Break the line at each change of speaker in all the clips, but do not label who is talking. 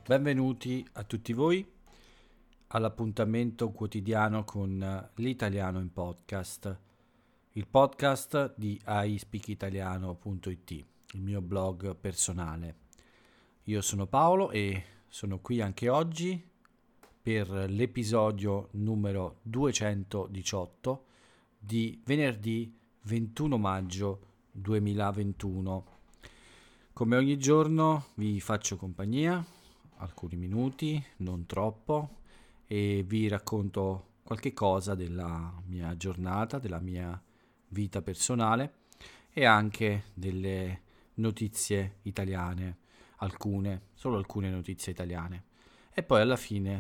Benvenuti a tutti voi all'appuntamento quotidiano con l'Italiano in Podcast, il podcast di iSpeakitaliano.it, il mio blog personale. Io sono Paolo e sono qui anche oggi per l'episodio numero 218 di venerdì 21 maggio 2021. Come ogni giorno vi faccio compagnia alcuni minuti, non troppo, e vi racconto qualche cosa della mia giornata, della mia vita personale e anche delle notizie italiane, solo alcune notizie italiane. E poi alla fine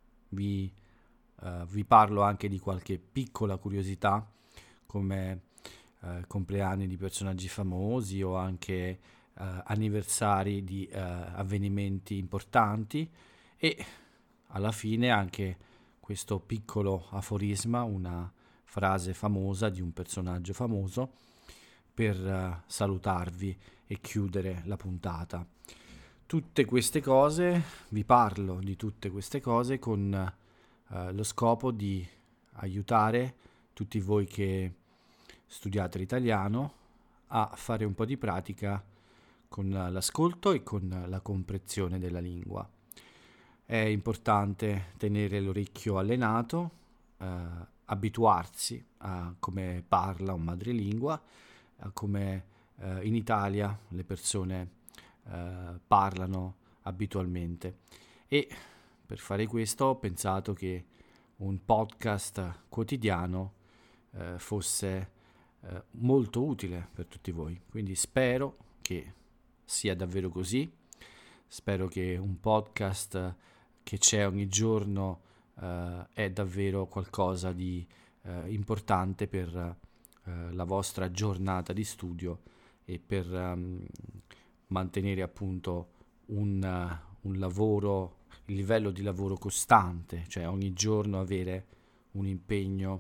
vi parlo anche di qualche piccola curiosità come compleanni di personaggi famosi o anche anniversari di avvenimenti importanti e alla fine anche questo piccolo aforisma, una frase famosa di un personaggio famoso per salutarvi e chiudere la puntata. Tutte queste cose, vi parlo di tutte queste cose con lo scopo di aiutare tutti voi che studiate l'italiano a fare un po' di pratica con l'ascolto e con la comprensione della lingua. È importante tenere l'orecchio allenato, abituarsi a come parla un madrelingua, a come in Italia le persone parlano abitualmente. E per fare questo ho pensato che un podcast quotidiano fosse molto utile per tutti voi. Quindi spero che sia davvero così. Spero che un podcast che c'è ogni giorno è davvero qualcosa di importante per la vostra giornata di studio e per mantenere appunto un lavoro, il livello di lavoro costante, cioè ogni giorno avere un impegno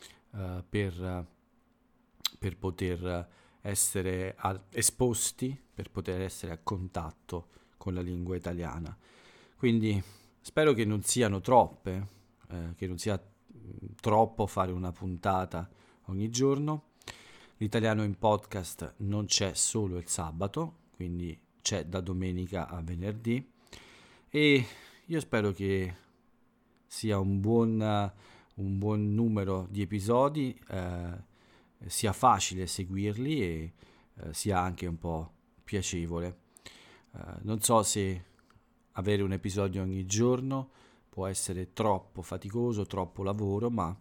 per poter essere esposti, per poter essere a contatto con la lingua italiana. Quindi spero che non siano troppe, che non sia troppo fare una puntata ogni giorno. L'italiano in podcast non c'è solo il sabato, quindi c'è da domenica a venerdì e io spero che sia un buon numero di episodi, sia facile seguirli e sia anche un po' piacevole. Non so se avere un episodio ogni giorno può essere troppo faticoso, troppo lavoro, ma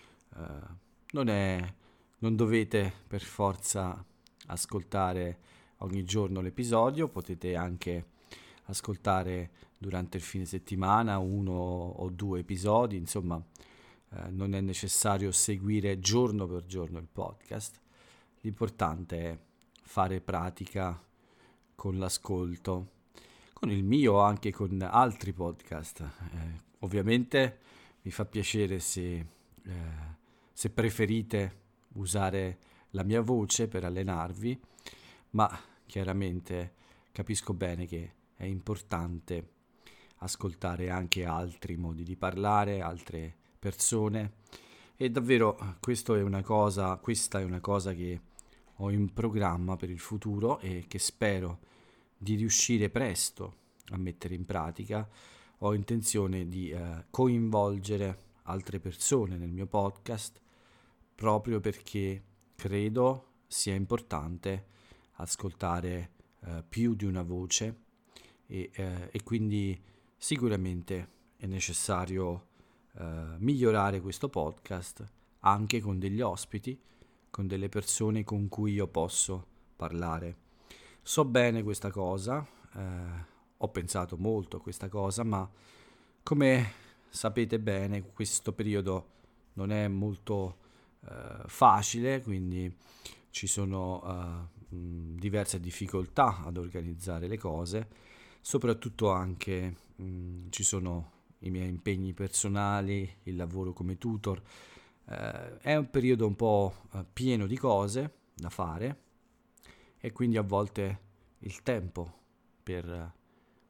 non dovete per forza ascoltare ogni giorno l'episodio, potete anche ascoltare durante il fine settimana 1 o 2 episodi, insomma non è necessario seguire giorno per giorno il podcast, l'importante è fare pratica con l'ascolto, con il mio o anche con altri podcast. Ovviamente mi fa piacere se preferite usare la mia voce per allenarvi, ma chiaramente capisco bene che è importante ascoltare anche altri modi di parlare, altre persone e davvero questa è una cosa che ho in programma per il futuro e che spero di riuscire presto a mettere in pratica. Ho intenzione di coinvolgere altre persone nel mio podcast proprio perché credo sia importante ascoltare più di una voce e quindi sicuramente è necessario migliorare questo podcast anche con degli ospiti, con delle persone con cui io posso parlare. So bene questa cosa, ho pensato molto a questa cosa, ma come sapete bene questo periodo non è molto facile, quindi ci sono diverse difficoltà ad organizzare le cose, soprattutto anche ci sono i miei impegni personali, il lavoro come tutor. È un periodo un po' pieno di cose da fare e quindi a volte il tempo per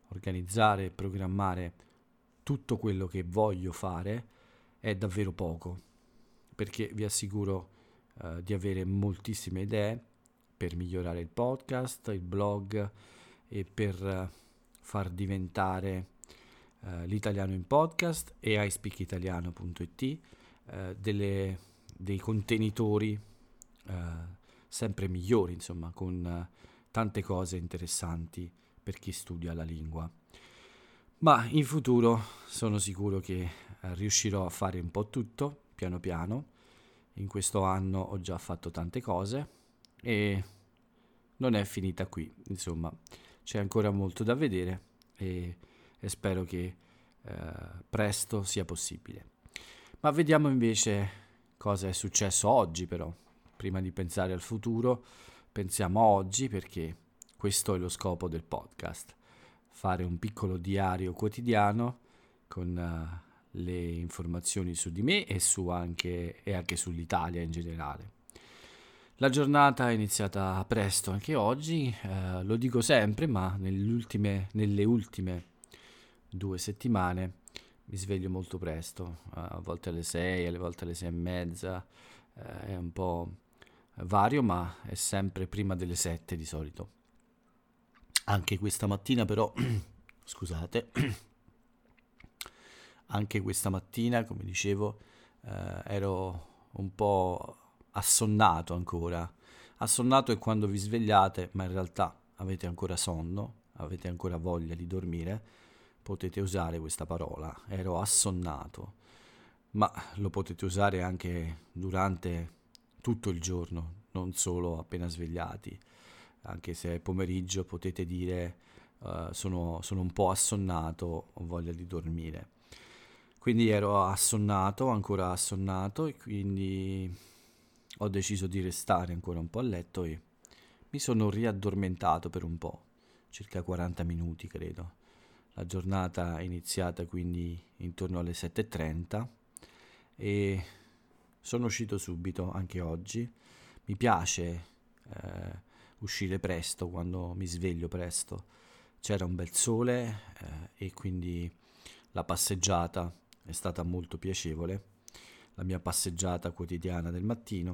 organizzare e programmare tutto quello che voglio fare è davvero poco, perché vi assicuro di avere moltissime idee per migliorare il podcast, il blog e per far diventare l'italiano in podcast e iSpeakitaliano.it dei contenitori sempre migliori, insomma, con tante cose interessanti per chi studia la lingua. Ma in futuro sono sicuro che riuscirò a fare un po' tutto, piano piano. In questo anno ho già fatto tante cose e non è finita qui, insomma, c'è ancora molto da vedere e spero che presto sia possibile. Ma vediamo invece cosa è successo oggi, però. Prima di pensare al futuro, pensiamo a oggi, perché questo è lo scopo del podcast. Fare un piccolo diario quotidiano con le informazioni su di me e anche sull'Italia in generale. La giornata è iniziata presto anche oggi, lo dico sempre, ma nelle ultime 2 settimane mi sveglio molto presto, a volte alle 6, alle volte alle 6 e mezza, è un po' vario, ma è sempre prima delle 7 di solito. Anche questa mattina però, scusate, anche questa mattina, come dicevo, ero un po' assonnato ancora. Assonnato è quando vi svegliate, ma in realtà avete ancora sonno, avete ancora voglia di dormire, potete usare questa parola. Ero assonnato, ma lo potete usare anche durante tutto il giorno, non solo appena svegliati. Anche se è pomeriggio potete dire sono un po' assonnato, ho voglia di dormire. Quindi ero assonnato, ancora assonnato, e quindi ho deciso di restare ancora un po' a letto e mi sono riaddormentato per un po', circa 40 minuti credo. La giornata è iniziata quindi intorno alle 7:30 e sono uscito subito anche oggi. Mi piace uscire presto quando mi sveglio presto. C'era un bel sole e quindi la passeggiata è stata molto piacevole, la mia passeggiata quotidiana del mattino,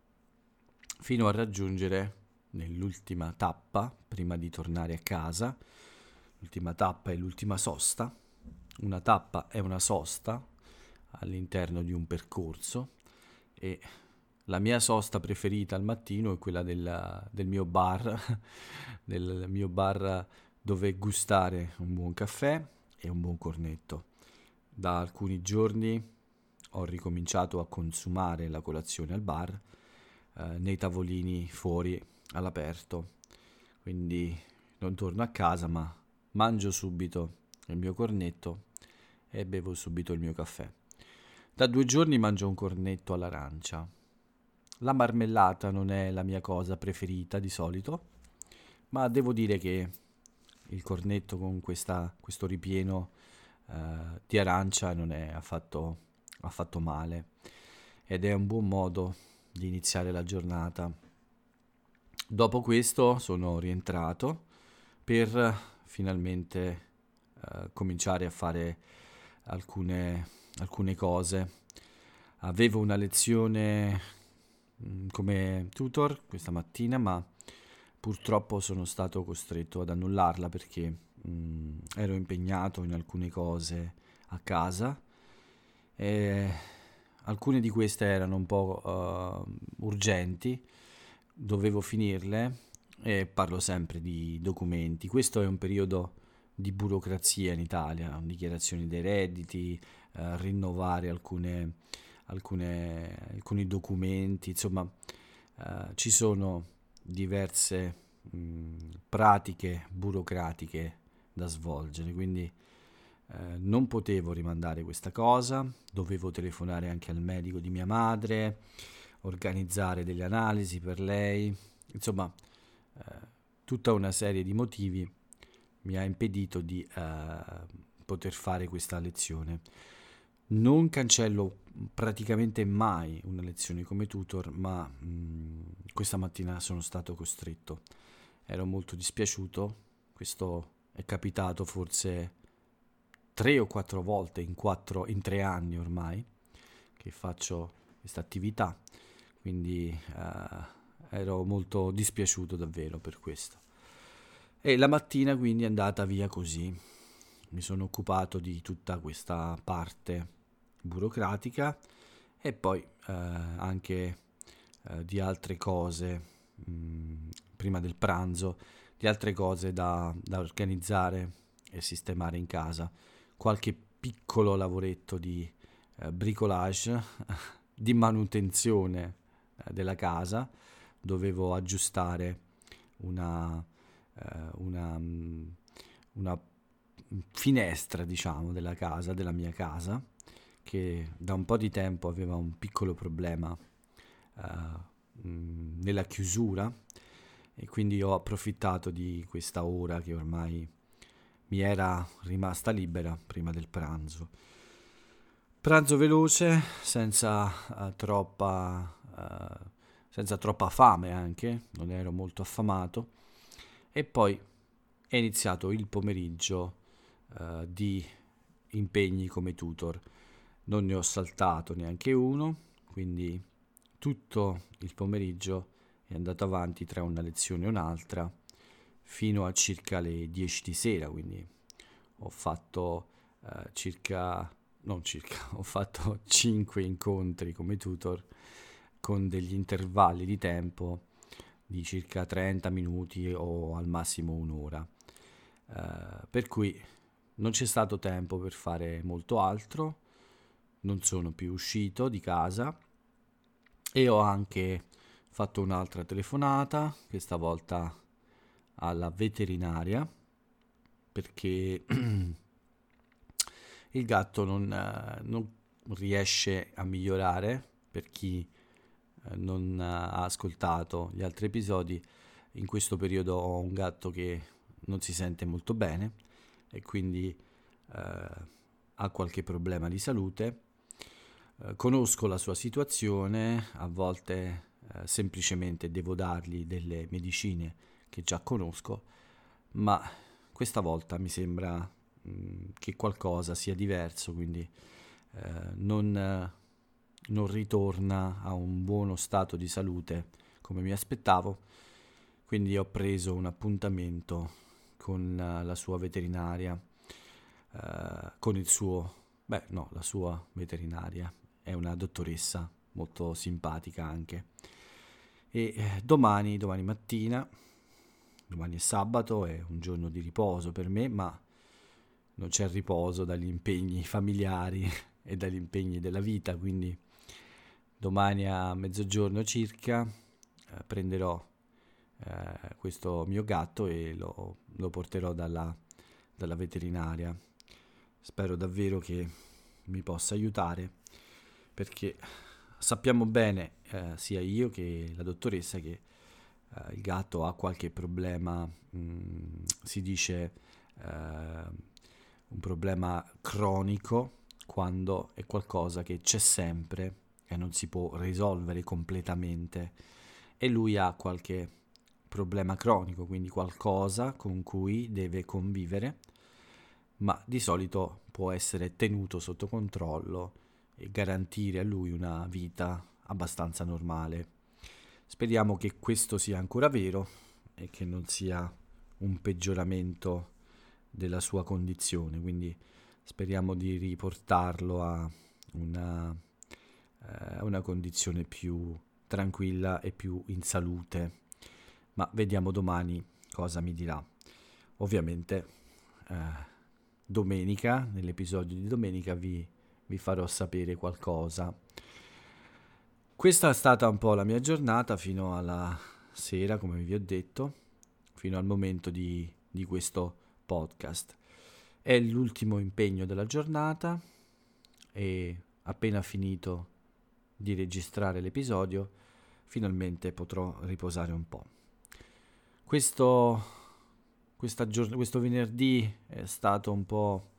fino a raggiungere nell'ultima tappa, prima di tornare a casa. L'ultima tappa è l'ultima sosta. Una tappa è una sosta all'interno di un percorso e la mia sosta preferita al mattino è quella del mio bar, del mio bar dove gustare un buon caffè e un buon cornetto. Da alcuni giorni ho ricominciato a consumare la colazione al bar, nei tavolini fuori all'aperto. Quindi non torno a casa, ma mangio subito il mio cornetto e bevo subito il mio caffè. Da 2 giorni mangio un cornetto all'arancia. La marmellata non è la mia cosa preferita di solito, ma devo dire che il cornetto con questo ripieno di arancia non è affatto male ed è un buon modo di iniziare la giornata. Dopo questo sono rientrato per finalmente cominciare a fare alcune cose. Avevo una lezione come tutor questa mattina, ma purtroppo sono stato costretto ad annullarla perché ero impegnato in alcune cose a casa e alcune di queste erano un po' urgenti, dovevo finirle e parlo sempre di documenti. Questo è un periodo di burocrazia in Italia, dichiarazioni dei redditi, rinnovare alcuni documenti, insomma ci sono diverse pratiche burocratiche da svolgere, quindi non potevo rimandare questa cosa, dovevo telefonare anche al medico di mia madre, organizzare delle analisi per lei, insomma tutta una serie di motivi mi ha impedito di poter fare questa lezione. Non cancello praticamente mai una lezione come tutor, ma questa mattina sono stato costretto. Ero molto dispiaciuto, questo è capitato forse 3 o 4 volte in 3 anni ormai che faccio questa attività, quindi ero molto dispiaciuto davvero per questo. E la mattina quindi è andata via così. Mi sono occupato di tutta questa parte burocratica e poi anche di altre cose prima del pranzo, di altre cose da organizzare e sistemare in casa. Qualche piccolo lavoretto di bricolage, di manutenzione della casa. Dovevo aggiustare una, una finestra, diciamo, della casa, della mia casa, che da un po' di tempo aveva un piccolo problema nella chiusura, e quindi ho approfittato di questa ora che ormai mi era rimasta libera prima del pranzo. Pranzo veloce, senza troppa fame anche, non ero molto affamato, e poi è iniziato il pomeriggio di impegni come tutor. Non ne ho saltato neanche uno, quindi tutto il pomeriggio è andato avanti tra una lezione e un'altra fino a circa le 10 di sera, quindi ho fatto ho fatto 5 incontri come tutor con degli intervalli di tempo di circa 30 minuti o al massimo un'ora. Per cui non c'è stato tempo per fare molto altro, non sono più uscito di casa e ho anche fatto un'altra telefonata, questa volta alla veterinaria, perché il gatto non riesce a migliorare. Per chi non ha ascoltato gli altri episodi, in questo periodo ho un gatto che non si sente molto bene e quindi ha qualche problema di salute. Conosco la sua situazione, a volte semplicemente devo dargli delle medicine che già conosco, ma questa volta mi sembra che qualcosa sia diverso, quindi non ritorna a un buono stato di salute come mi aspettavo, quindi ho preso un appuntamento con la sua veterinaria, con il suo, la sua veterinaria è una dottoressa molto simpatica anche. E domani mattina, domani è sabato, è un giorno di riposo per me, ma non c'è riposo dagli impegni familiari e dagli impegni della vita, quindi domani a mezzogiorno circa prenderò questo mio gatto e lo porterò dalla veterinaria. Spero davvero che mi possa aiutare, perché sappiamo bene, sia io che la dottoressa, che il gatto ha qualche problema, si dice un problema cronico, quando è qualcosa che c'è sempre e non si può risolvere completamente, e lui ha qualche problema cronico, quindi qualcosa con cui deve convivere, ma di solito può essere tenuto sotto controllo e garantire a lui una vita abbastanza normale. Speriamo che questo sia ancora vero e che non sia un peggioramento della sua condizione, quindi speriamo di riportarlo a una condizione più tranquilla e più in salute, ma vediamo domani cosa mi dirà. Ovviamente domenica, nell'episodio di domenica vi farò sapere qualcosa. Questa è stata un po' la mia giornata fino alla sera, come vi ho detto, fino al momento di questo podcast. È l'ultimo impegno della giornata e appena finito di registrare l'episodio finalmente potrò riposare un po'. Questo venerdì è stato un po'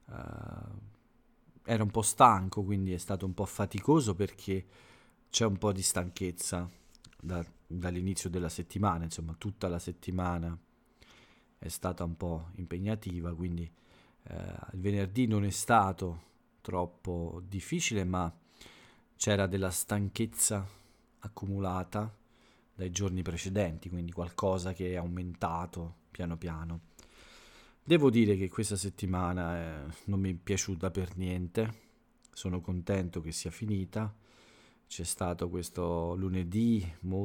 ero un po' stanco, quindi è stato un po' faticoso perché c'è un po' di stanchezza dall'inizio della settimana, insomma tutta la settimana è stata un po' impegnativa, quindi il venerdì non è stato troppo difficile, ma c'era della stanchezza accumulata dai giorni precedenti, quindi qualcosa che è aumentato piano piano. Devo dire che questa settimana non mi è piaciuta per niente, sono contento che sia finita. C'è stato questo lunedì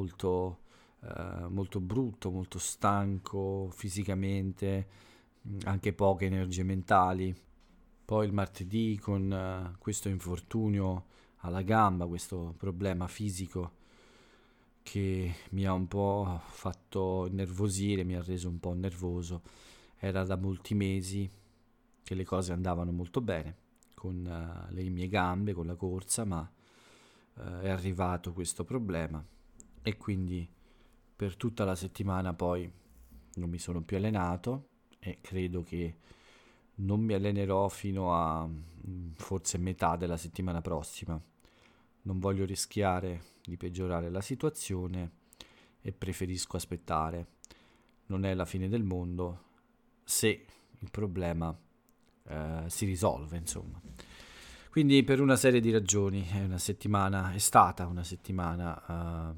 molto brutto, molto stanco fisicamente, anche poche energie mentali. Poi il martedì con questo infortunio alla gamba, questo problema fisico che mi ha un po' fatto innervosire, mi ha reso un po' nervoso. Era da molti mesi che le cose andavano molto bene con le mie gambe, con la corsa, ma è arrivato questo problema e quindi per tutta la settimana poi non mi sono più allenato e credo che non mi allenerò fino a forse metà della settimana prossima. Non voglio rischiare di peggiorare la situazione e preferisco aspettare. Non è la fine del mondo se il problema si risolve, insomma. Quindi per una serie di ragioni è stata una settimana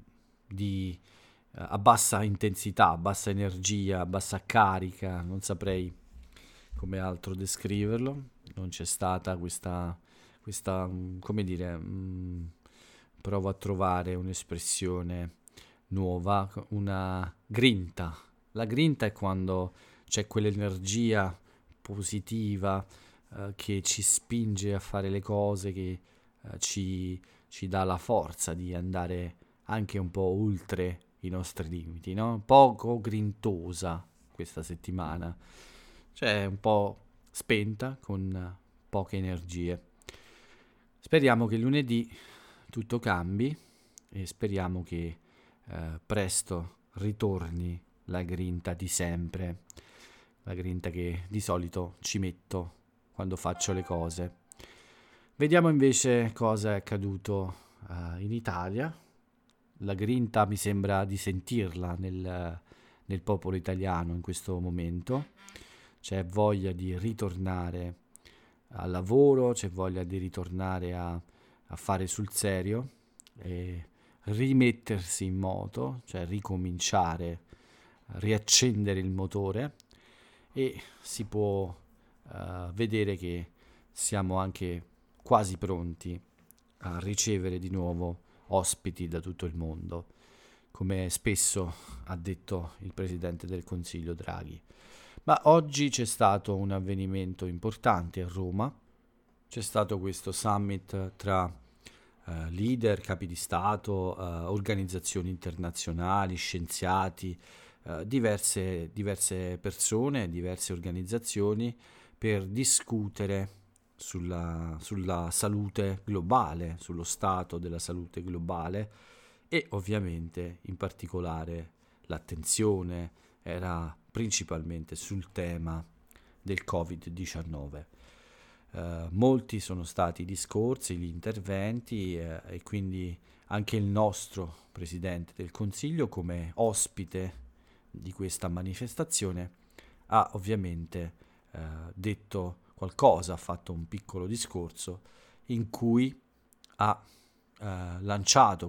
a bassa intensità, a bassa energia, a bassa carica, non saprei come altro descriverlo. Non c'è stata come dire, provo a trovare un'espressione nuova, una grinta. La grinta è quando c'è quell'energia positiva che ci spinge a fare le cose, che ci dà la forza di andare anche un po' oltre i nostri limiti, no? Poco grintosa questa settimana, cioè un po' spenta, con poche energie. Speriamo che lunedì tutto cambi e speriamo che presto ritorni la grinta di sempre, la grinta che di solito ci metto quando faccio le cose. Vediamo invece cosa è accaduto in Italia. La grinta mi sembra di sentirla nel popolo italiano in questo momento. C'è voglia di ritornare al lavoro, c'è voglia di ritornare a fare sul serio e rimettersi in moto, cioè ricominciare, riaccendere il motore e si può vedere che siamo anche quasi pronti a ricevere di nuovo ospiti da tutto il mondo, come spesso ha detto il Presidente del Consiglio Draghi. Ma oggi c'è stato un avvenimento importante a Roma, c'è stato questo summit tra leader, capi di Stato, organizzazioni internazionali, scienziati, diverse persone, diverse organizzazioni per discutere sulla salute globale, sullo stato della salute globale e ovviamente in particolare l'attenzione era principalmente sul tema del Covid-19. Molti sono stati i discorsi, gli interventi e quindi anche il nostro Presidente del Consiglio come ospite di questa manifestazione ha ovviamente detto qualcosa, ha fatto un piccolo discorso in cui ha lanciato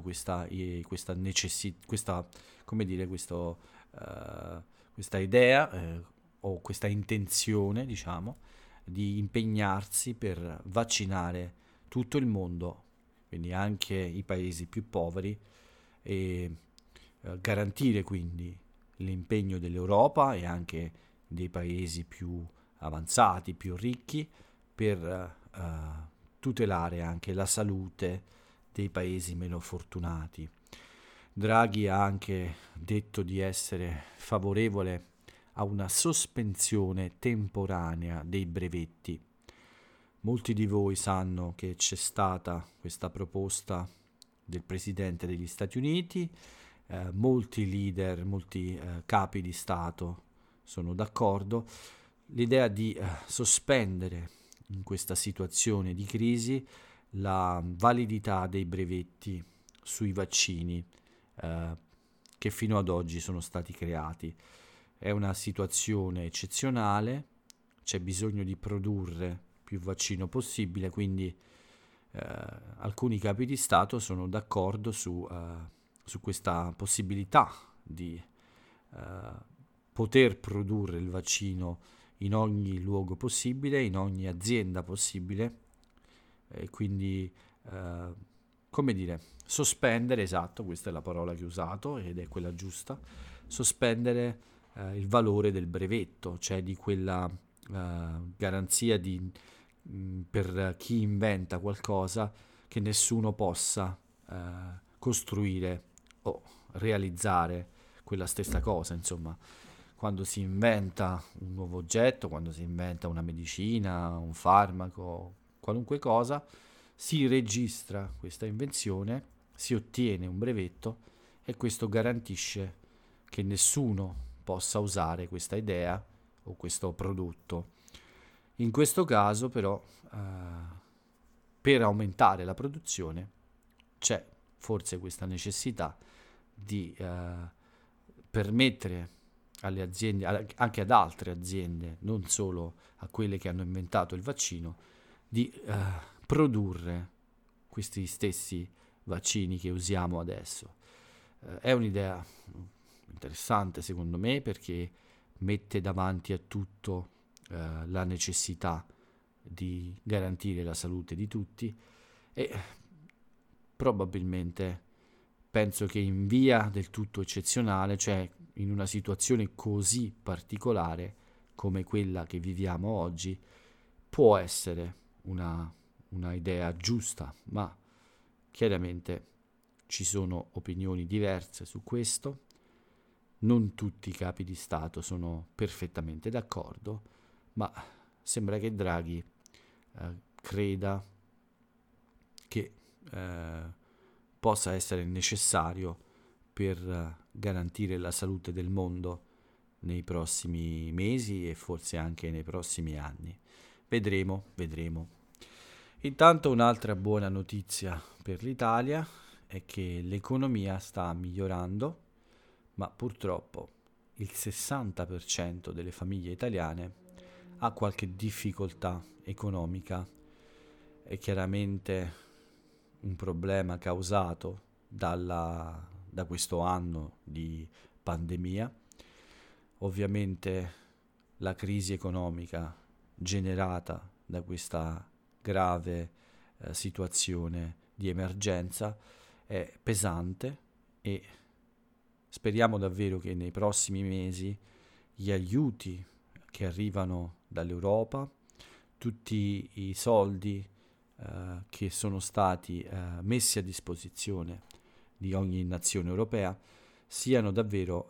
questa idea o questa intenzione, diciamo, di impegnarsi per vaccinare tutto il mondo, quindi anche i paesi più poveri, e garantire quindi l'impegno dell'Europa e anche dei paesi più avanzati, più ricchi, per tutelare anche la salute dei paesi meno fortunati. Draghi ha anche detto di essere favorevole a una sospensione temporanea dei brevetti. Molti di voi sanno che c'è stata questa proposta del Presidente degli Stati Uniti, molti leader, molti capi di Stato sono d'accordo. L'idea di sospendere in questa situazione di crisi la validità dei brevetti sui vaccini che fino ad oggi sono stati creati. è una situazione eccezionale, c'è bisogno di produrre più vaccino possibile, quindi alcuni capi di Stato sono d'accordo su questa possibilità di poter produrre il vaccino in ogni luogo possibile, in ogni azienda possibile, e quindi come dire, sospendere, esatto, questa è la parola che ho usato ed è quella giusta, sospendere il valore del brevetto, cioè di quella garanzia per chi inventa qualcosa che nessuno possa costruire o realizzare quella stessa cosa, insomma. Quando si inventa un nuovo oggetto, quando si inventa una medicina, un farmaco, qualunque cosa, si registra questa invenzione, si ottiene un brevetto e questo garantisce che nessuno possa usare questa idea o questo prodotto. In questo caso però, per aumentare la produzione c'è forse questa necessità di permettere alle aziende, anche ad altre aziende, non solo a quelle che hanno inventato il vaccino, di produrre questi stessi vaccini che usiamo adesso. È un'idea interessante secondo me, perché mette davanti a tutto la necessità di garantire la salute di tutti e probabilmente penso che in via del tutto eccezionale, cioè in una situazione così particolare come quella che viviamo oggi, può essere una idea giusta, ma chiaramente ci sono opinioni diverse su questo. Non tutti i capi di Stato sono perfettamente d'accordo, ma sembra che Draghi creda che possa essere necessario per garantire la salute del mondo nei prossimi mesi e forse anche nei prossimi anni. Vedremo. Intanto un'altra buona notizia per l'Italia è che l'economia sta migliorando, ma purtroppo il 60% delle famiglie italiane ha qualche difficoltà economica. È chiaramente un problema causato da questo anno di pandemia. Ovviamente la crisi economica generata da questa grave situazione di emergenza è pesante e speriamo davvero che nei prossimi mesi gli aiuti che arrivano dall'Europa, tutti i soldi che sono stati messi a disposizione di ogni nazione europea siano davvero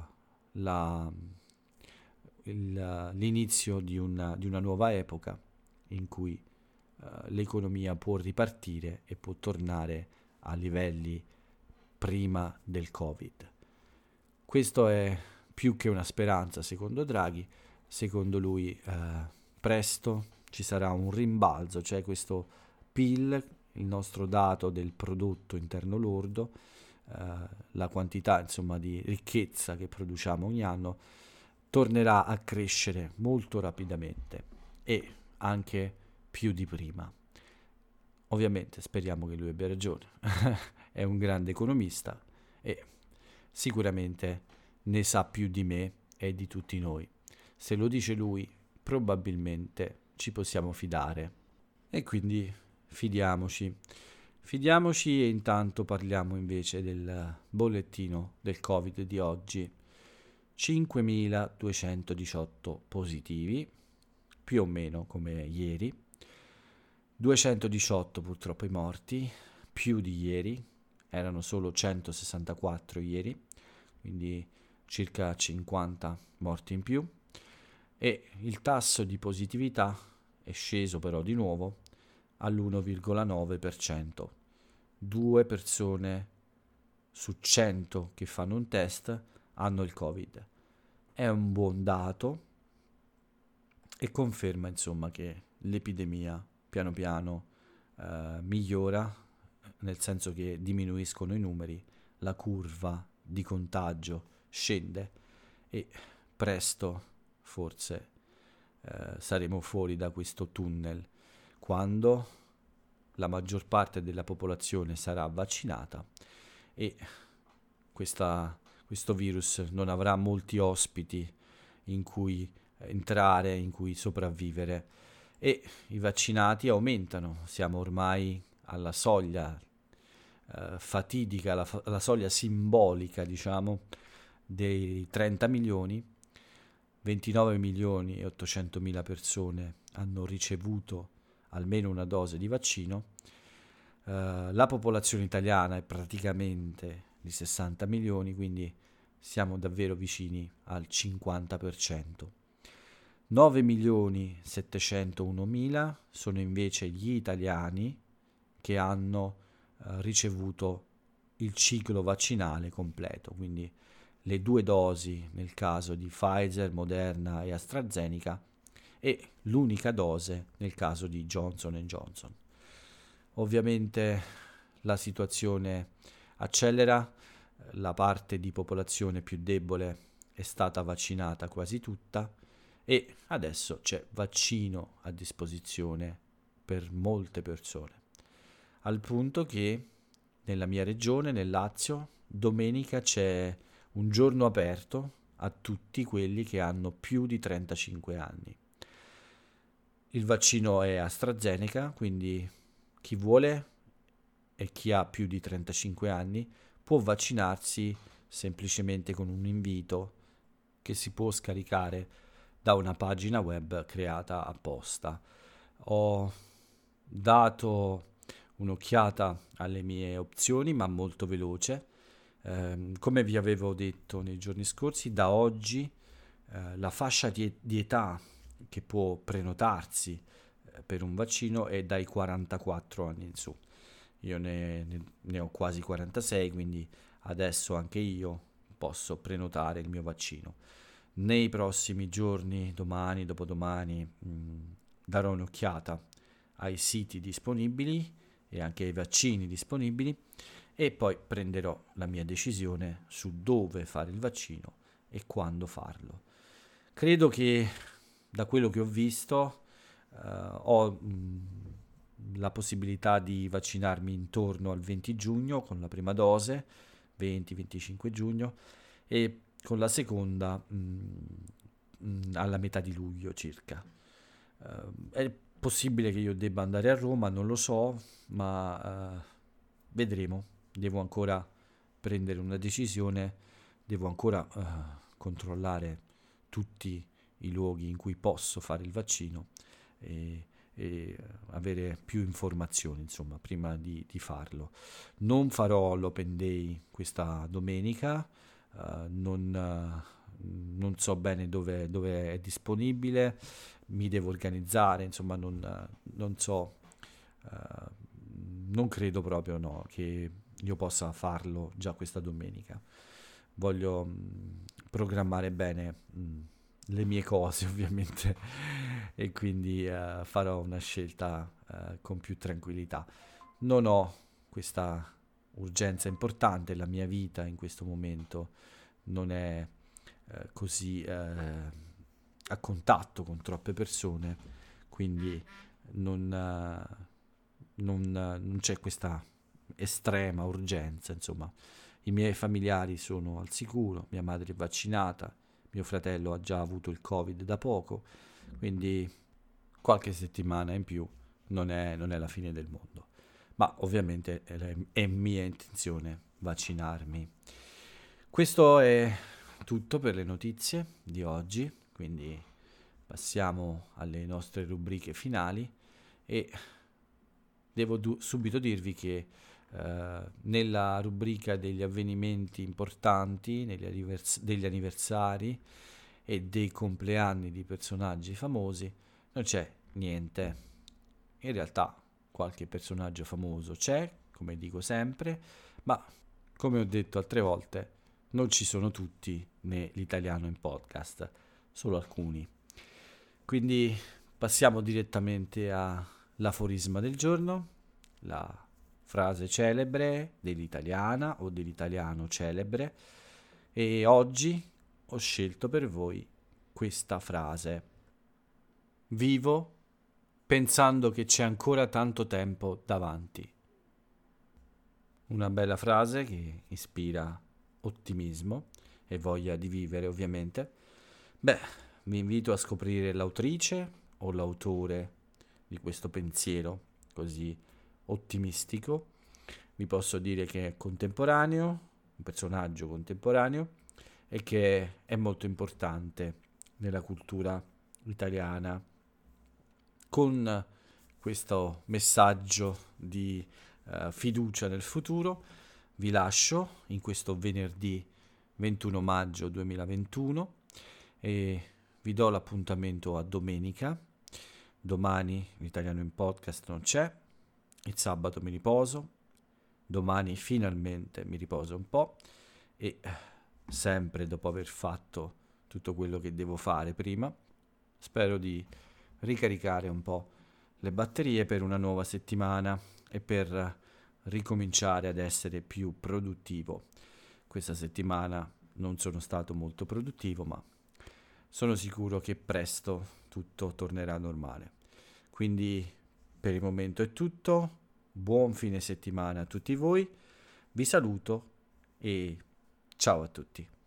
l'inizio di una nuova epoca in cui l'economia può ripartire e può tornare a livelli prima del Covid. Questo è più che una speranza secondo Draghi. Secondo lui presto ci sarà un rimbalzo, cioè questo PIL, il nostro dato del prodotto interno lordo, la quantità insomma di ricchezza che produciamo ogni anno, tornerà a crescere molto rapidamente e anche più di prima. Ovviamente speriamo che lui abbia ragione, è un grande economista e sicuramente ne sa più di me e di tutti noi. Se lo dice lui, probabilmente ci possiamo fidare. E quindi fidiamoci. Fidiamoci e intanto parliamo invece del bollettino del Covid di oggi. 5.218 positivi, più o meno come ieri. 218 purtroppo i morti, più di ieri, erano solo 164 ieri, quindi circa 50 morti in più. E il tasso di positività è sceso però di nuovo all'1,9%. 2 persone su 100 che fanno un test hanno il Covid. È un buon dato e conferma insomma che l'epidemia piano piano migliora, nel senso che diminuiscono i numeri, la curva di contagio scende e presto forse saremo fuori da questo tunnel, quando la maggior parte della popolazione sarà vaccinata e questo virus non avrà molti ospiti in cui entrare, in cui sopravvivere, e i vaccinati aumentano. Siamo ormai alla soglia fatidica, la soglia simbolica, diciamo, dei 30 milioni. 29 milioni e 800 mila persone hanno ricevuto almeno una dose di vaccino. La popolazione italiana è praticamente di 60 milioni, quindi siamo davvero vicini al 50%. 9 milioni 701 mila sono invece gli italiani che hanno ricevuto il ciclo vaccinale completo, quindi le 2 dosi nel caso di Pfizer, Moderna e AstraZeneca e l'unica dose nel caso di Johnson Johnson. Ovviamente la situazione accelera, la parte di popolazione più debole è stata vaccinata quasi tutta e adesso c'è vaccino a disposizione per molte persone, al punto che nella mia regione, nel Lazio, domenica c'è un giorno aperto a tutti quelli che hanno più di 35 anni. Il vaccino è AstraZeneca, quindi chi vuole e chi ha più di 35 anni può vaccinarsi semplicemente con un invito che si può scaricare da una pagina web creata apposta. Ho dato un'occhiata alle mie opzioni, ma molto veloce. Come vi avevo detto nei giorni scorsi, da oggi la fascia di età che può prenotarsi per un vaccino è dai 44 anni in su. Io ne ho quasi 46, quindi adesso anche io posso prenotare il mio vaccino. Nei prossimi giorni, domani, dopodomani, darò un'occhiata ai siti disponibili e anche ai vaccini disponibili e poi prenderò la mia decisione su dove fare il vaccino e quando farlo. Credo che da quello che ho visto ho la possibilità di vaccinarmi intorno al 20 giugno con la prima dose, 20-25 giugno, e con la seconda alla metà di luglio circa. È possibile che io debba andare a Roma, non lo so, ma vedremo. Devo ancora prendere una decisione, devo ancora controllare tutti i luoghi in cui posso fare il vaccino e avere più informazioni, insomma, prima di farlo. Non farò l'Open Day questa domenica, non so bene dove è disponibile, mi devo organizzare, insomma, non so, non credo proprio no, che io possa farlo già questa domenica. Voglio programmare bene le mie cose ovviamente e quindi farò una scelta con più tranquillità. Non ho questa urgenza importante, la mia vita in questo momento non è così a contatto con troppe persone, quindi non c'è questa estrema urgenza, insomma. I miei familiari sono al sicuro, mia madre è vaccinata, mio fratello ha già avuto il Covid da poco, quindi qualche settimana in più non è la fine del mondo. Ma ovviamente è mia intenzione vaccinarmi. Questo è tutto per le notizie di oggi, quindi passiamo alle nostre rubriche finali e devo subito dirvi che nella rubrica degli avvenimenti importanti, degli anniversari e dei compleanni di personaggi famosi non c'è niente. In realtà qualche personaggio famoso c'è, come dico sempre, ma come ho detto altre volte non ci sono tutti né l'italiano in podcast, solo alcuni. Quindi passiamo direttamente all'aforisma del giorno, la frase celebre dell'italiana o dell'italiano celebre, e oggi ho scelto per voi questa frase: vivo pensando che c'è ancora tanto tempo davanti. Una bella frase che ispira ottimismo e voglia di vivere, ovviamente. Beh, vi invito a scoprire l'autrice o l'autore di questo pensiero così ottimistico. Vi posso dire che è contemporaneo, un personaggio contemporaneo, e che è molto importante nella cultura italiana. Con questo messaggio di fiducia nel futuro vi lascio in questo venerdì 21 maggio 2021 e vi do l'appuntamento a domenica. Domani l'Italiano in Podcast non c'è, il sabato mi riposo, domani finalmente mi riposo un po' e sempre dopo aver fatto tutto quello che devo fare prima, spero di ricaricare un po' le batterie per una nuova settimana e per ricominciare ad essere più produttivo. Questa settimana non sono stato molto produttivo, ma sono sicuro che presto tutto tornerà normale. Quindi per il momento è tutto, buon fine settimana a tutti voi, vi saluto e ciao a tutti.